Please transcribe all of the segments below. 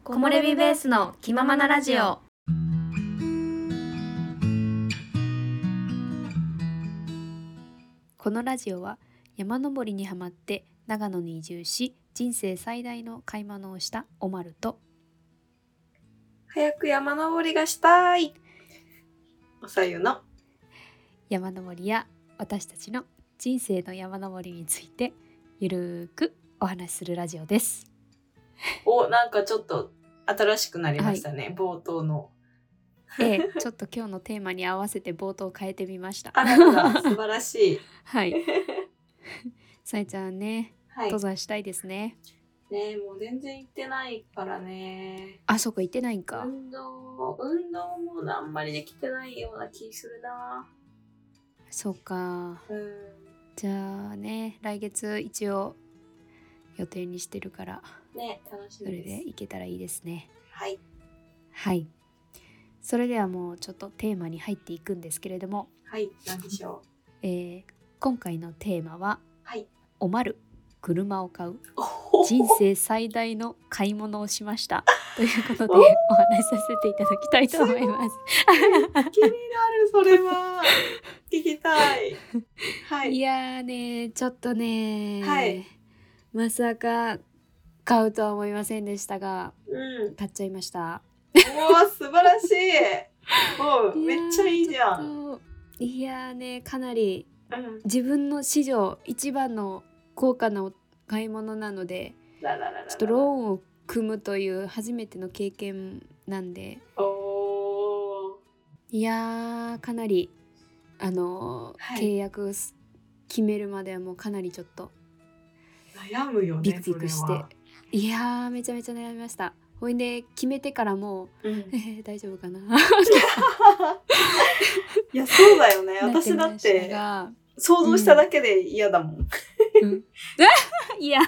木漏れ日ベースの気ままなラジオ。 このラジオは山登りにハマって長野に移住し、人生最大の買い物をしたおまると、 早く山登りがしたいおさゆの山登りや私たちの人生の山登りについてゆるーくお話しするラジオです。 なんかちょっと新しくなりましたね、冒頭の。 ちょっと今日のテーマに合わせて冒頭変えてみました。 あらら素晴らしい。 はいさえちゃんね、 はい、 登山したいですね。 ね、もう全然行ってないからね。 あ、そこ行ってないんか。 運動もあんまりできてないような気するな。 そうか。じゃあね、来月一応予定にしてるからね、楽しみです。 それで行けたらいいですね。 はいはい。それではもうちょっとテーマに入っていくんですけれども、 はい、何でしょう、今回のテーマは、 はい、 おまる車を買う人生最大の買い物をしましたということでお話しさせていただきたいと思います。 気になる、それは聞きたい。はい。 いやーね、ちょっとね、 はい、 まさか買うとは思いませんでしたが、買っちゃいました。 素晴らしい。めっちゃいいじゃん。 いやーね、かなり自分の史上一番の高価な買い物なので、ちょっとローンを組むという初めての経験なんで、いやーかなり契約決めるまではもうかなりちょっと悩むよね。 ビクビクして、いやーめちゃめちゃ悩みました。ほいで決めてからも、大丈夫かな。 いやそうだよね。私だって想像しただけで嫌だもん。 いや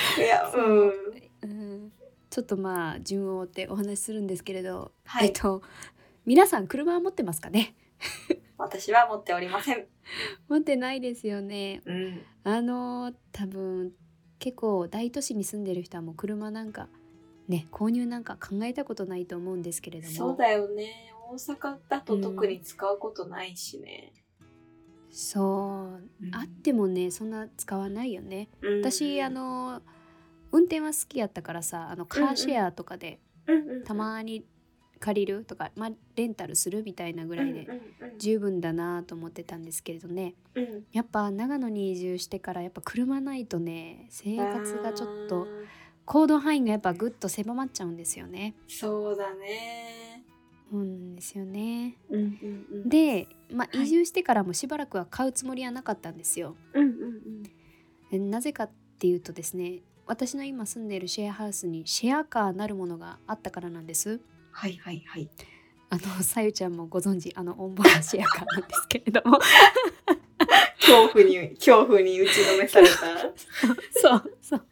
うんちょっとまあ順を追ってお話しするんですけれど、 はい、 皆さん車は持ってますかね。 私は持っておりません。 持ってないですよね。 多分結構大都市に住んでる人はもう車なんかね、購入なんか考えたことないと思うんですけれども。 そうだよね。大阪だと特に使うことないしね。 そう、あってもねそんな使わないよね。私運転は好きやったからさ、カーシェアとかでたまに借りるとか、レンタルするみたいなぐらいで十分だなと思ってたんですけれどね、やっぱ長野に移住してからやっぱ車ないとね、生活がちょっと行動範囲がやっぱぐっと狭まっちゃうんですよね。 そうだね。 そうなんですよね。で、移住してからもしばらくは買うつもりはなかったんですよ。なぜかっていうとですね、私の今住んでいるシェアハウスにシェアカーなるものがあったからなんです。 はいはいはい。 さゆちゃんもご存知オンボロシェアカーなんですけれども恐怖に打ちのめされたそう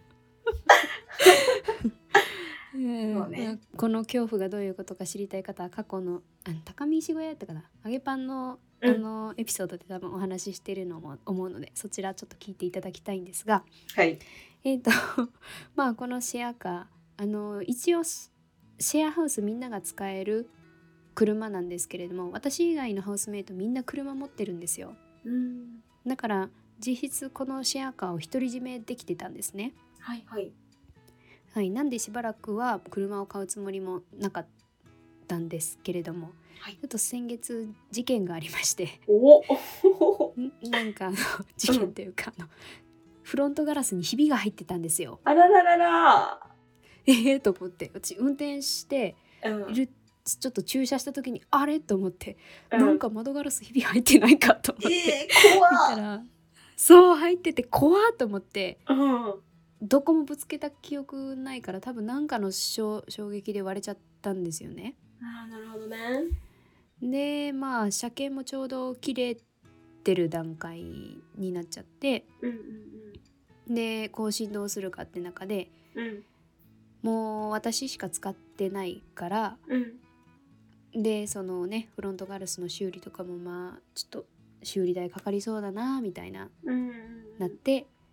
この恐怖がどういうことか知りたい方は過去の高見石小屋やったかな、揚げパンのエピソードで多分お話ししてるのも思うので、そちらちょっと聞いていただきたいんですが、 はい、 このシェアカー一応シェアハウスみんなが使える車なんですけれども、私以外のハウスメイトみんな車持ってるんですよ。だから実質このシェアカーを独り占めできてたんですね。なんでしばらくは車を買うつもりもなかったんですけれども、ちょっと先月事件がありましてなんか事件というかフロントガラスにひびが入ってたんですよ。 あららららと思って、私運転している、ちょっと駐車した時にあれと思って、なんか窓ガラスひび入ってないかと思って、 怖見たらそう入ってて怖っと思って、どこもぶつけた記憶ないから、多分なんかの衝撃で割れちゃったんですよね。 なるほどね。 で車検もちょうど切れてる段階になっちゃって、で更新どうするかって中で、もう私しか使ってないから、でそのねフロントガラスの修理とかもちょっと修理代かかりそうだなみたいな、なって、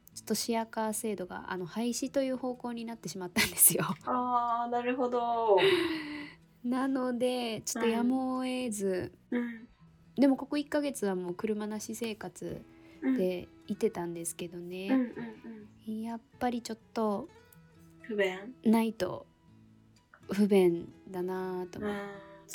ちょっとシェアカー制度が廃止という方向になってしまったんですよ。 ああ、なるほど。 なのでちょっとやむを得ず、でもここ1ヶ月はもう車なし生活でいてたんですけどね、やっぱりちょっと不便ないと不便だなと思って、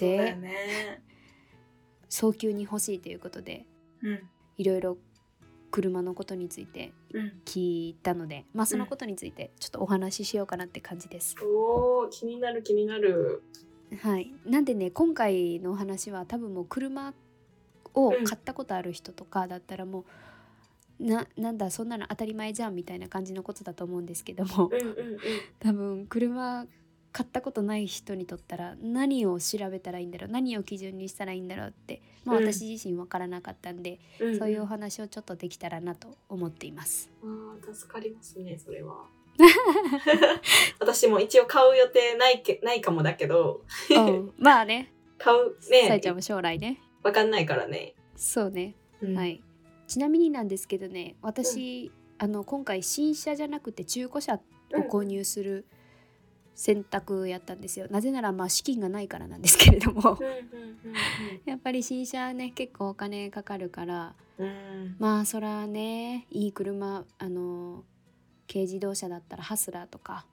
そうだよね、 早急に欲しいということで、いろいろ車のことについて聞いたので、そのことについてちょっとお話ししようかなって感じです。 おー、気になる気になる。 はい、なんでね、今回のお話は多分もう車を買ったことある人とかだったらもうなんだそんなの当たり前じゃんみたいな感じのことだと思うんですけども、多分車買ったことない人にとったら何を調べたらいいんだろう、何を基準にしたらいいんだろうって、私自身分からなかったんで、そういうお話をちょっとできたらなと思っています。 助かりますね、それは。私も一応買う予定ないかもだけど、 まあね、 買うね、 さえちゃんも将来ね分かんないからね。 そうね、はい。ちなみになんですけどね、私、今回新車じゃなくて中古車を購入する選択やったんですよ。なぜなら資金がないからなんですけれども、やっぱり新車ね結構お金かかるから、そらね、いい車軽自動車だったらハスラーとか、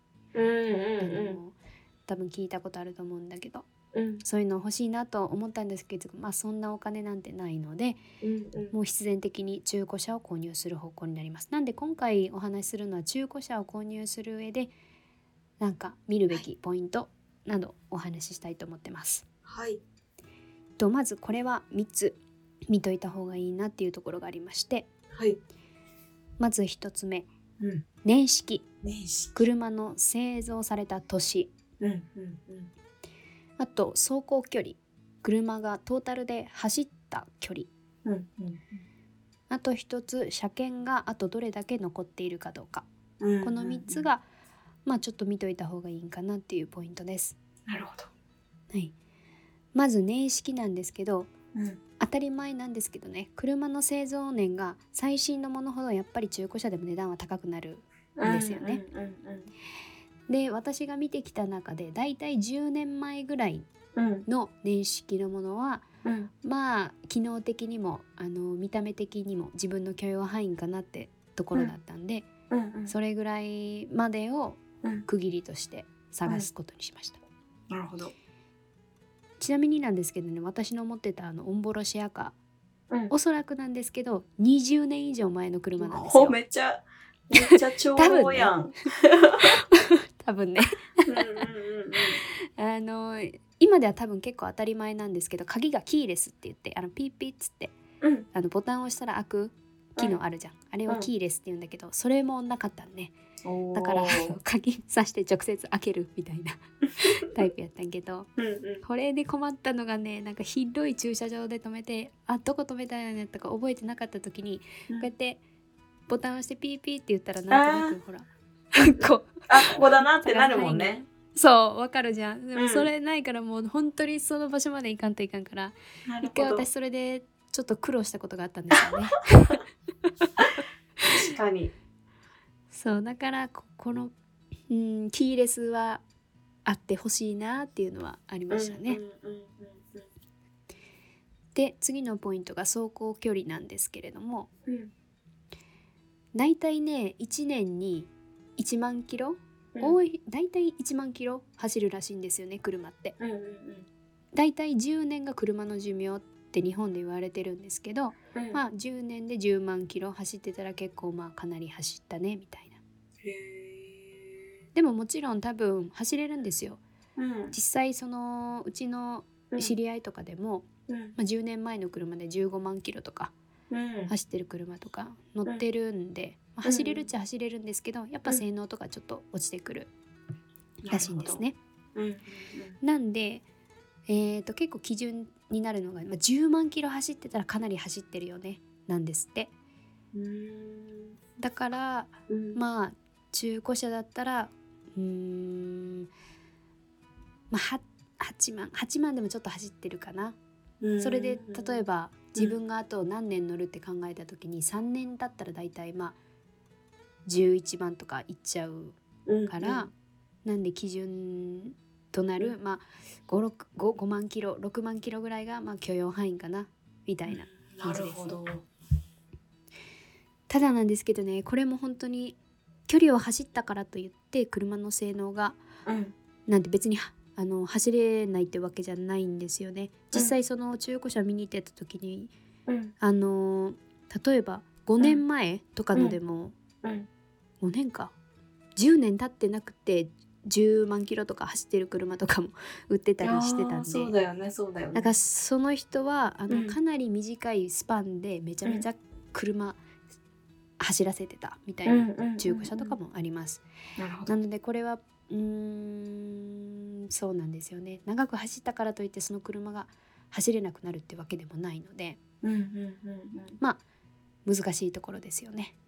多分聞いたことあると思うんだけど、そういうの欲しいなと思ったんですけど、そんなお金なんてないので、もう必然的に中古車を購入する方向になります。なんで今回お話しするのは中古車を購入する上でなんか見るべきポイントなどお話ししたいと思ってます。 はい。 まずこれは3つ見といた方がいいなっていうところがありまして、 はい、 まず1つ目、年式、車の製造された年、あと走行距離、車がトータルで走った距離、あと1つ車検があとどれだけ残っているかどうか、この3つがちょっと見といた方がいいかなっていうポイントです。 なるほど。 はい。まず年式なんですけど、当たり前なんですけどね、車の製造年が最新のものほどやっぱり中古車でも値段は高くなるんですよね。で、私が見てきた中でだいたい10年前ぐらいの年式のものは、機能的にも見た目的にも自分の許容範囲かなってところだったんで、それぐらいまでを区切りとして探すことにしました。 なるほど。 ちなみになんですけどね、私の持ってたオンボロシェアカー、おそらくなんですけど20年以上前の車なんですよ。 めっちゃ超やん。 多分ね今では多分結構当たり前なんですけど、鍵がキーレスって言ってピーピーっつって、ボタンを押したら開く機能あるじゃん、あれはキーレスって言うんだけど、それもなかったんね。だから鍵さして直接開けるみたいなタイプやったんけど、これで困ったのがね、なんか広い駐車場で止めて、どこ止めたんやとか覚えてなかった時に、こうやってボタンを押してピーピーって言ったらなんとなくほらここだなってなるもんね。 そう、わかるじゃん。でもそれないからもう本当にその場所まで行かんといかんから、一回私それでちょっと苦労したことがあったんですよね。 確かに。そうだからこの、キーレスはあってほしいなっていうのはありましたね。で、次のポイントが走行距離なんですけれども、だいたいね1年に1万キロ、だいたい1万キロ走るらしいんですよね、車って。だいたい10年が車の寿命って日本で言われてるんですけど、10年で10万キロ走ってたら結構かなり走ったねみたいな。でももちろん多分走れるんですよ。実際そのうちの知り合いとかでも、10年前の車で15万キロとか走ってる車とか乗ってるんで、走れるっちゃ走れるんですけど、やっぱ性能とかちょっと落ちてくるらしいんですね。なんで、結構基準になるのが、10万キロ走ってたらかなり走ってるよねなんですって。だから、中古車だったら8万でもちょっと走ってるかな。それで例えば自分があと何年乗るって考えた時に3年経ったらだいたい 11万とかいっちゃうから、 うんなんで基準となる、まあ5万キロ6万キロぐらいがまあ許容範囲かなみたいな感じです。 なるほど。 ただなんですけどね、これも本当に距離を走ったからといって車の性能がうんなんて別に走れないってわけじゃないんですよね。実際その中古車見に行ってた時に、例えば5年前とかのでも、5年か10年経ってなくて10万キロとか走ってる車とかも売ってたりしてたんで、 そうだよねそうだよね。 だからその人はかなり短いスパンでめちゃめちゃ車走らせてたみたいな中古車とかもあります。なのでこれはそうなんですよね。長く走ったからといってその車が走れなくなるってわけでもないので、まあ難しいところですよね。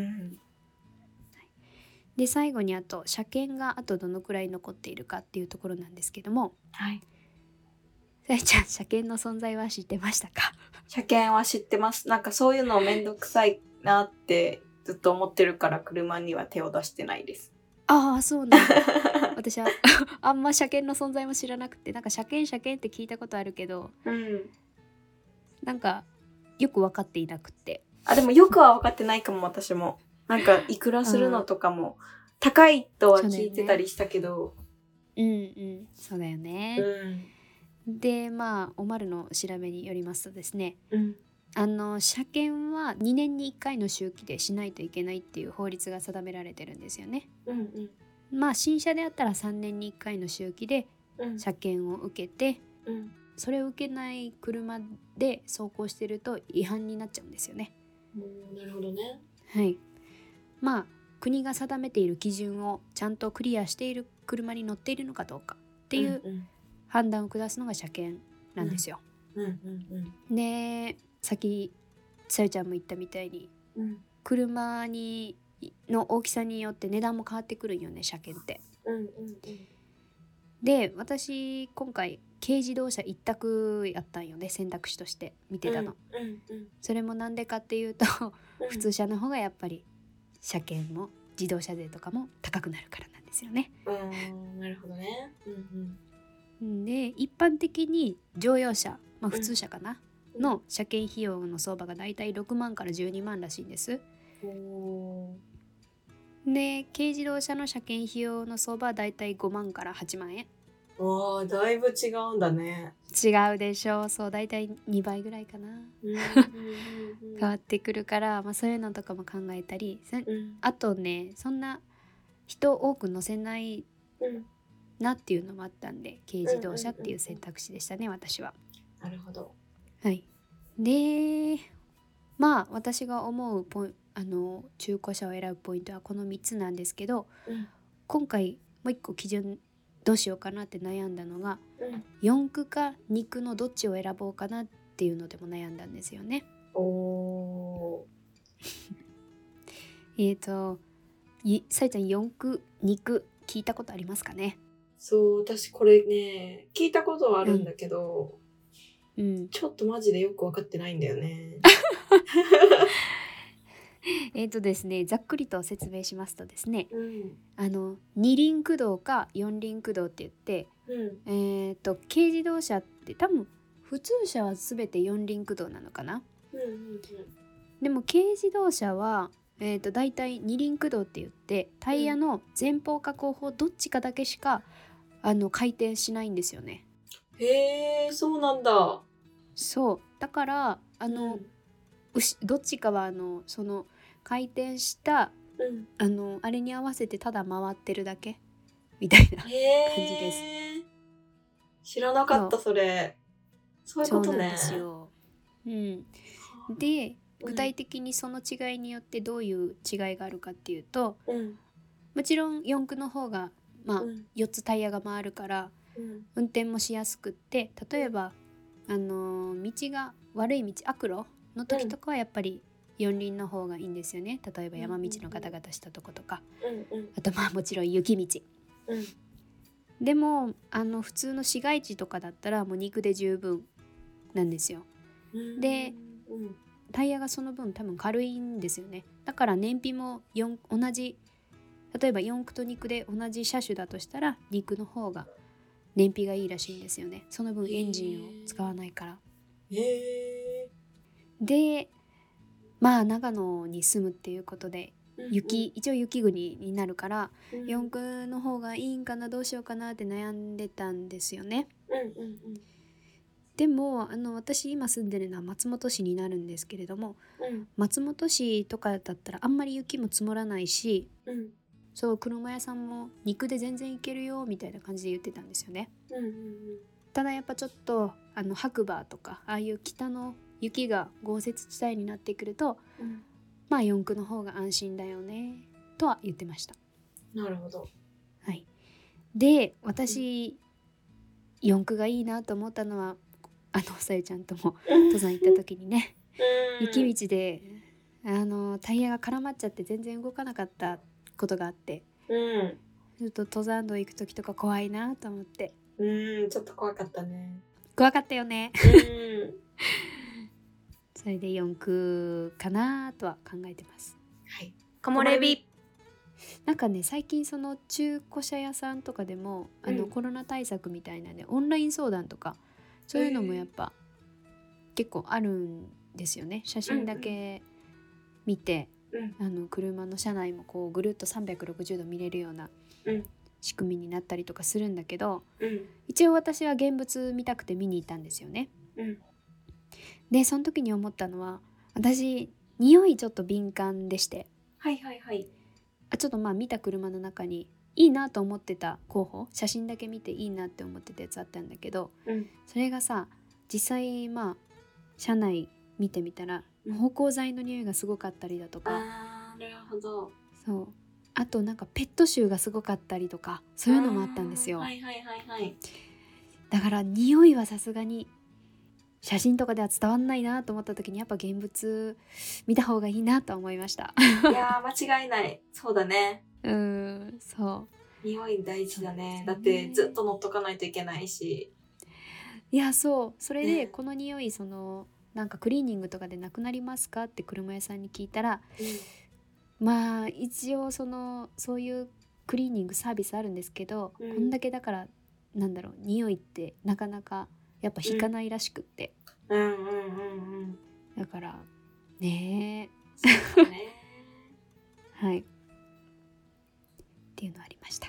で最後にあと車検があとどのくらい残っているかっていうところなんですけども、 はい。 さやちゃん車検の存在は知ってましたか？ 車検は知ってます。なんかそういうのめんどくさいなってずっと思ってるから車には手を出してないです。 ああそうなんだ。私はあんま車検の存在も知らなくて、なんか車検って聞いたことあるけど、なんかよく分かっていなくて。 でもよくは分かってないかも私も。なんかいくらするのとかも高いとは聞いてたりしたけど。 そうだよね。でまあおまるの調べによりますとですね、車検は2年に1回の周期でしないといけないっていう法律が定められてるんですよね。まあ新車であったら3年に1回の周期で車検を受けて、それを受けない車で走行してると違反になっちゃうんですよね。 なるほどね。 はい。まあ国が定めている基準をちゃんとクリアしている車に乗っているのかどうかっていう判断を下すのが車検なんですよ。でさっきさゆちゃんも言ったみたいに、車の大きさによって値段も変わってくるんよね、車検って。で私今回軽自動車一択やったんよね、選択肢として見てたの。それもなんでかっていうと普通車の方がやっぱり車検も自動車税とかも高くなるからなんですよね。 なるほどね。 で一般的に乗用車、まあ普通車かな、の車検費用の相場がだいたい6万から12万らしいんです。で軽自動車の車検費用の相場はだいたい5万から8万円。 わあ、だいぶ違うんだね。 違うでしょう。そうだいたい2倍ぐらいかな変わってくるから、まあ、そういうのとかも考えたり、あとねそんな人多く乗せないなっていうのもあったんで軽自動車っていう選択肢でしたね、私は。 なるほど。 はい。でまあ私が思う中古車を選ぶポイントはこの3つなんですけど、今回もう一個基準どうしようかなって悩んだのが、4駆か2駆のどっちを選ぼうかなっていうのでも悩んだんですよね。さいちゃん4駆2駆聞いたことありますかね？ そう、私これね聞いたことはあるんだけど、ちょっとマジでよく分かってないんだよね。 ですね、ざっくりと説明しますとですね、二輪駆動か四輪駆動って言って、軽自動車って多分普通車は全て四輪駆動なのかな。でも軽自動車はだいたい二輪駆動って言ってタイヤの前方か後方どっちかだけしか回転しないんですよね。 へえ、そうなんだ。 そうだからどっちかはその回転した、あれに合わせてただ回ってるだけみたいな感じです。 知らなかったそれ。そういうことね。 そうなんですよ。で具体的にその違いによってどういう違いがあるかっていうと、もちろん四駆の方が、4つタイヤが回るから、運転もしやすくって、例えば道が悪い道悪路の時とかはやっぱり四輪の方がいいんですよね。例えば山道のガタガタしたとことか、あともちろん雪道、でも普通の市街地とかだったらもう2駆で十分なんですよ。でタイヤがその分多分軽いんですよね。 だから燃費も同じ、例えば四駆と二駆で同じ車種だとしたら二駆の方が燃費がいいらしいんですよね。その分エンジンを使わないから。でまあ長野に住むっていうことで一応雪国になるから、四駆の方がいいんかな、どうしようかなって悩んでたんですよね。でも私今住んでるのは松本市になるんですけれども、松本市とかだったらあんまり雪も積もらないし、そう車屋さんも肉で全然いけるよみたいな感じで言ってたんですよね。ただやっぱちょっと白馬とかああいう北の雪が豪雪地帯になってくると、まあ四駆の方が安心だよねとは言ってました。 なるほど。 はい。で私、四駆がいいなと思ったのはさゆちゃんとも登山行った時にね、雪道でタイヤが絡まっちゃって全然動かなかったことがあって、ちょっと登山道行く時とか怖いなと思って。 ちょっと怖かったね。 怖かったよね。それで四駆かなとは考えてます。 はい。 木漏れ日。なんかね最近その中古車屋さんとかでもコロナ対策みたいなねオンライン相談とかそういうのもやっぱ結構あるんですよね。写真だけ見て、車の車内もこうぐるっと360度見れるような仕組みになったりとかするんだけど、一応私は現物見たくて見に行ったんですよね。でその時に思ったのは、私匂いちょっと敏感でして、ちょっとまあ見た車の中にいいなと思ってた候補、写真だけ見ていいなって思ってたやつあったんだけど、それがさ実際まあ車内見てみたら芳香剤の匂いがすごかったりだとか、 なるほど。 そう、あとなんかペット臭がすごかったりとかそういうのもあったんですよ。だから匂いはさすがに写真とかでは伝わんないなと思った時にやっぱ現物見た方がいいなと思いました。 いや間違いない。そうだね。 そう、 匂い大事だね。だってずっと乗っとかないといけないし。 いやそう、それでこの匂いなんかクリーニングとかでなくなりますかって車屋さんに聞いたら、まあ一応そういうクリーニングサービスあるんですけど、こんだけだからなんだろう、匂いってなかなかやっぱ引かないらしくって、だからねそうだねはいっていうのありました。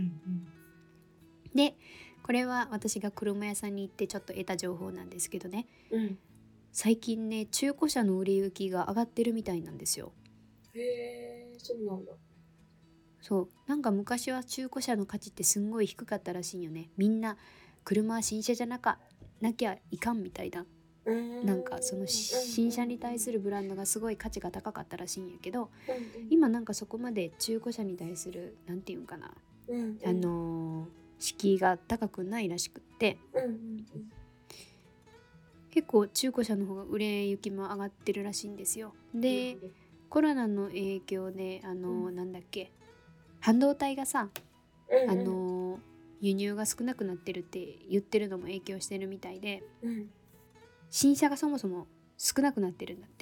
でこれは私が車屋さんに行ってちょっと得た情報なんですけどね、最近ね中古車の売れ行きが上がってるみたいなんですよ。 そうなんだ。 そうなんか昔は中古車の価値ってすんごい低かったらしいよね。みんな車は新車じゃなきゃいかんみたいな、なんかその新車に対するブランドがすごい価値が高かったらしいんやけど、今なんかそこまで中古車に対するなんていうんかな、敷居が高くないらしくって、結構中古車の方が売れ行きも上がってるらしいんですよ。でコロナの影響でなんだっけ、半導体がさ、輸入が少なくなってるって言ってるのも影響してるみたいで、新車がそもそも少なくなってるんだって。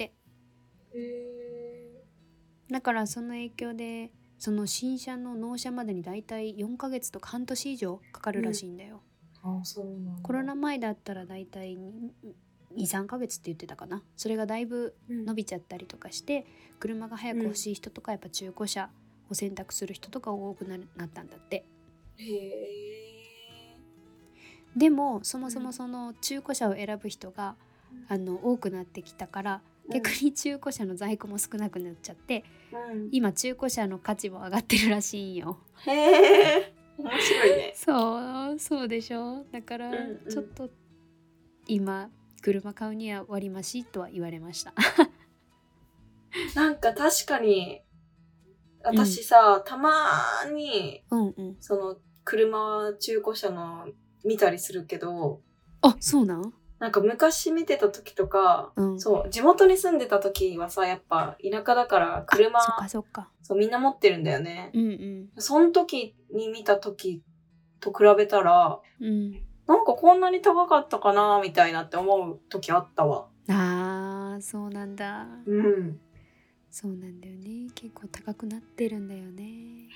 だからその影響でその新車の納車までにだいたい4ヶ月とか半年以上かかるらしいんだよ。 そうなんだ。 コロナ前だったらだいたい2,3 ヶ月って言ってたかな。それがだいぶ伸びちゃったりとかして、車が早く欲しい人とかやっぱ中古車を選択する人とか多くなったんだって。でもそもそもその中古車を選ぶ人が多くなってきたから、逆に中古車の在庫も少なくなっちゃって、今中古車の価値も上がってるらしいんよ。 面白いね。 そうでしょ。だからちょっと今車買うには割増とは言われました。 なんか確かに私さ、たまにその車中古車の見たりするけど、 そうなん？ なんか昔見てた時とか、そう地元に住んでた時はさ、やっぱ田舎だから車そうみんな持ってるんだよね。その時に見た時と比べたら、なんかこんなに高かったかなみたいなって思う時あったわ。 そうなんだ。 そうなんだよね。結構高くなってるんだよね。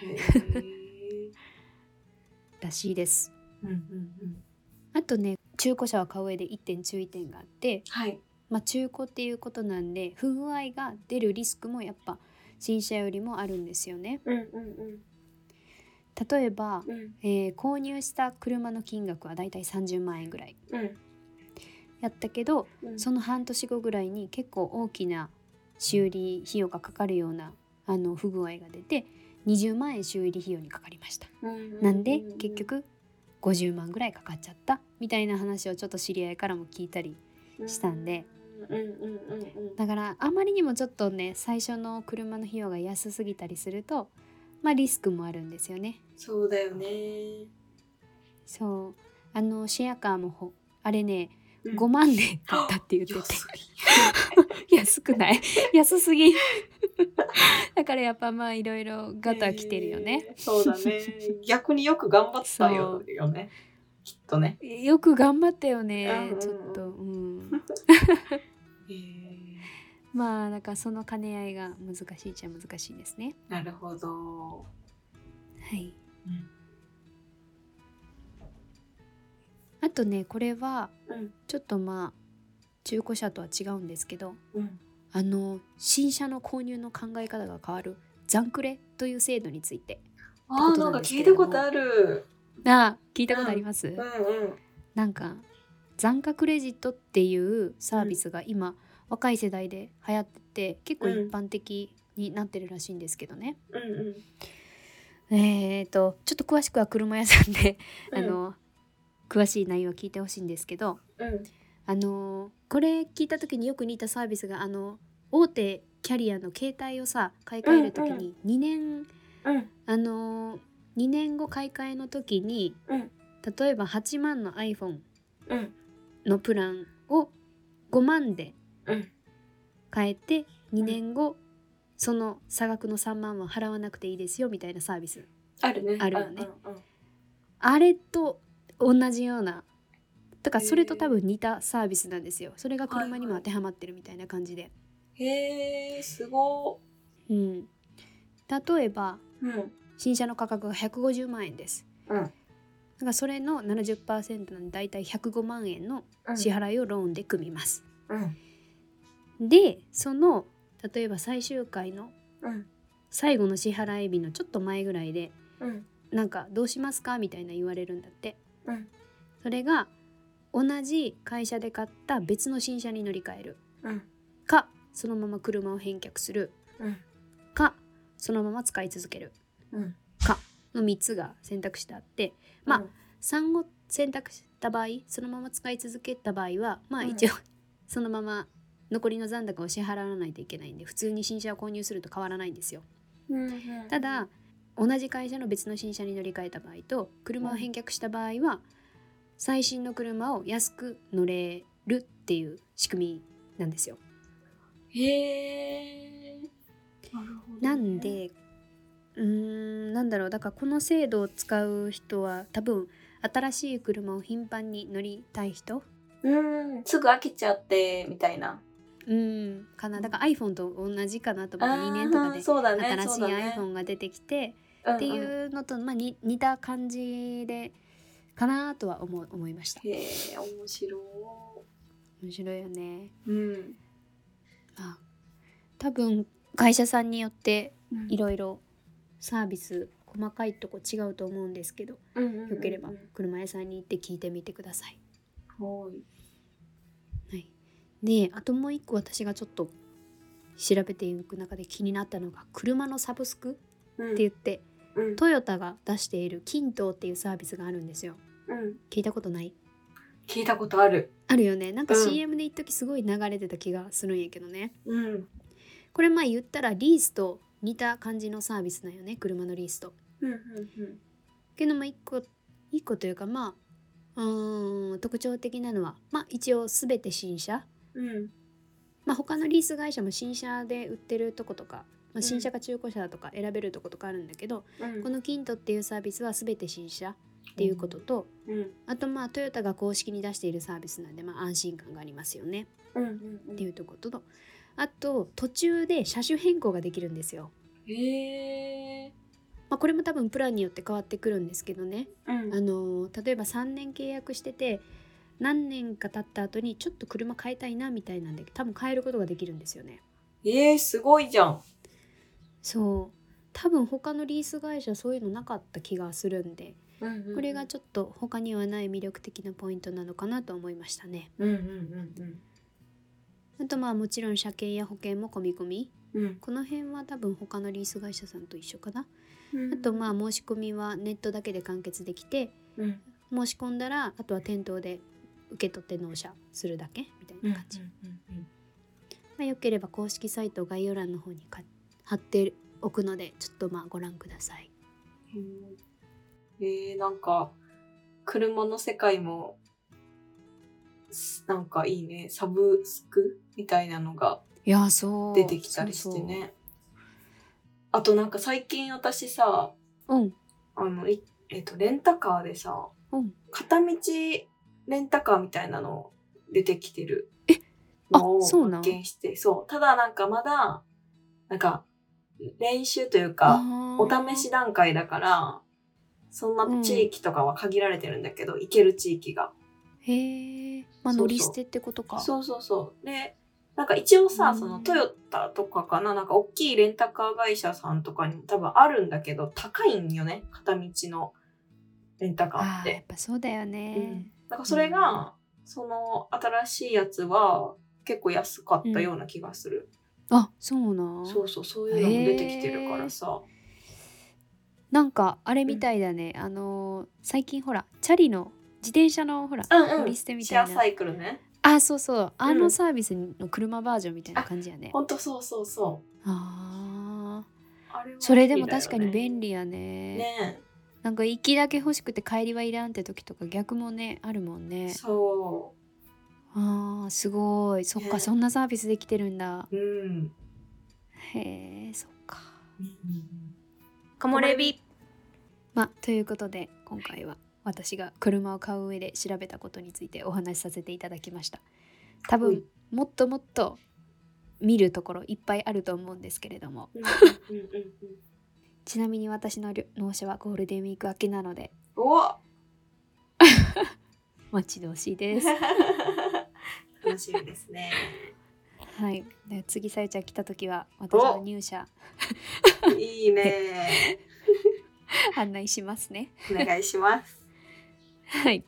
らしいです。あとね、中古車を買う上で1点注意点があって、 はい、 中古っていうことなんで不具合が出るリスクもやっぱ新車よりもあるんですよね。例えば、購入した車の金額はだいたい30万円ぐらい、やったけど、その半年後ぐらいに結構大きな修理費用がかかるような不具合が出て20万円修理費用にかかりました、なんで結局50万ぐらいかかっちゃったみたいな話をちょっと知り合いからも聞いたりしたんで、だからあまりにもちょっとね最初の車の費用が安すぎたりするとリスクもあるんですよね。 そうだよね。 そう、シェアカーもあれね、5万で買ったって言ってて安くない？安すぎだからやっぱいろいろガタ来てるよね。 そうだね。逆によく頑張ったよね。きっとね。 よく頑張ったよね、ちょっと。だからその兼ね合いが難しいっちゃ難しいですね。 なるほど。 はい。あとね、これはちょっと中古車とは違うんですけど、新車の購入の考え方が変わる残クレという制度について。 なんか聞いたことある。 聞いたことあります？なんか残価クレジットっていうサービスが今、若い世代で流行ってて結構一般的になってるらしいんですけどね。ちょっと詳しくは車屋さんで詳しい内容を聞いてほしいんですけど、これ聞いた時によく似たサービスが大手キャリアの携帯を買い替える時に2年後買い替えの時に、例えば8万の iPhone のプランを5万で変えて2年後その差額の3万は払わなくていいですよみたいなサービスあるよね。あれと同じような、だからそれと多分似たサービスなんですよ。それが車にも当てはまってるみたいな感じで。 へー、すごー。例えば、新車の価格が150万円です。だからそれの 70% なんでだいたい105万円の支払いをローンで組みます。で、その例えば最終回の最後の支払い日のちょっと前ぐらいで、なんかどうしますかみたいな言われるんだって。それが同じ会社で買った別の新車に乗り換える、かそのまま車を返却する、かそのまま使い続ける、かの3つが選択肢であって、3を選択した場合、そのまま使い続けた場合は一応そのまま残りの残高を支払わないといけないんで、普通に新車を購入すると変わらないんですよ。ただ同じ会社の別の新車に乗り換えた場合と車を返却した場合は、最新の車を安く乗れるっていう仕組みなんですよ。 へー、なるほどね。 なんでなんだろう、だからこの制度を使う人は多分新しい車を頻繁に乗りたい人、 すぐ飽きちゃってみたいなかな。だから iPhone と同じかなと思って、2年とかで新しい iPhone が出てきてっていうのと似た感じでかなとは思いました。 へえ、面白いよね。多分会社さんによっていろいろサービス細かいとこ違うと思うんですけど、よければ車屋さんに行って聞いてみてください。 はい。 で、あともう一個私がちょっと調べていく中で気になったのが車のサブスクって言って、トヨタが出しているキントーっていうサービスがあるんですよ。聞いたことない？ 聞いたことある。 あるよね。なんか CM で一時すごい流れてた気がするんやけどね。これ言ったらリースと似た感じのサービスだよね、車のリースと。けど一個というか特徴的なのは一応すべて新車。他のリース会社も新車で売ってるとことか、新車か中古車とか選べるとことかあるんだけど、このキントっていうサービスはすべて新車っていうことと、あとトヨタが公式に出しているサービスなんで安心感がありますよね、っていうとこと、 あと途中で車種変更ができるんですよ。 へえ。 これも多分プランによって変わってくるんですけどね、 うん、 例えば3年契約してて何年か経った後にちょっと車変えたいなみたいなんで多分変えることができるんですよね。 すごいじゃん。 そう多分他のリース会社そういうのなかった気がするんで、これがちょっと他にはない魅力的なポイントなのかなと思いましたね。あともちろん車検や保険も込み込み、この辺は多分他のリース会社さんと一緒かな。あと申し込みはネットだけで完結できて、申し込んだらあとは店頭で受け取って納車するだけみたいな感じ。よければ公式サイト概要欄の方に貼っておくのでちょっとご覧ください。 なんか車の世界もなんかいいね。サブスクみたいなのが出てきたりしてね。あとなんか最近私さ、レンタカーでさ、片道レンタカーみたいなの出てきてるのを発見して、ただなんかまだなんか練習というかお試し段階だからそんな地域とかは限られてるんだけど、行ける地域が。 へえ。乗り捨てってことか。 そうで、なんか一応さ、そのトヨタとかかな、なんか大きいレンタカー会社さんとかにも多分あるんだけど、高いんよね、片道のレンタカーって。 やっぱそうだよね。 なんかそれが、その新しいやつは結構安かったような気がする。 そうな。 そういうのも出てきてるからさ。 なんかあれみたいだね。最近ほらチャリの自転車のほら、乗り捨てみたいな。 シェアサイクルね。 そうサービスの車バージョンみたいな感じやね。 ほんとそう。 あれそれでも確かに便利やね。なんか行きだけ欲しくて帰りはいらんって時とか逆もねあるもんね。すごい。そっか、そんなサービスできてるんだ。へえ、そっか。 木漏れ日。 ということで今回は私が車を買う上で調べたことについてお話しさせていただきました。多分もっともっと見るところいっぱいあると思うんですけれどもちなみに私の納車はゴールデンウィーク明けなので待ち遠しいです楽しみですね。 はい。で次さゆちゃん来た時は私の入社いいね案内しますね。 お願いしますはい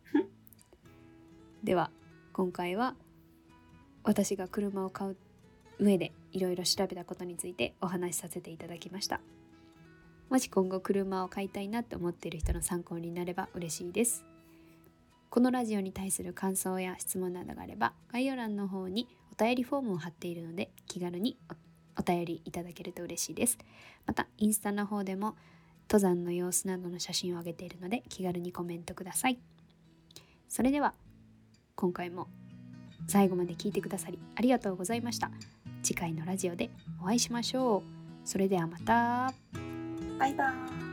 では今回は私が車を買う上でいろいろ調べたことについてお話しさせていただきました。もし今後車を買いたいなと思っている人の参考になれば嬉しいです。このラジオに対する感想や質問などがあれば概要欄の方にお便りフォームを貼っているので気軽にお便りいただけると嬉しいです。またインスタの方でも登山の様子などの写真を上げているので気軽にコメントください。それでは今回も最後まで聞いてくださりありがとうございました。次回のラジオでお会いしましょう。それではまた。 バイバーイ。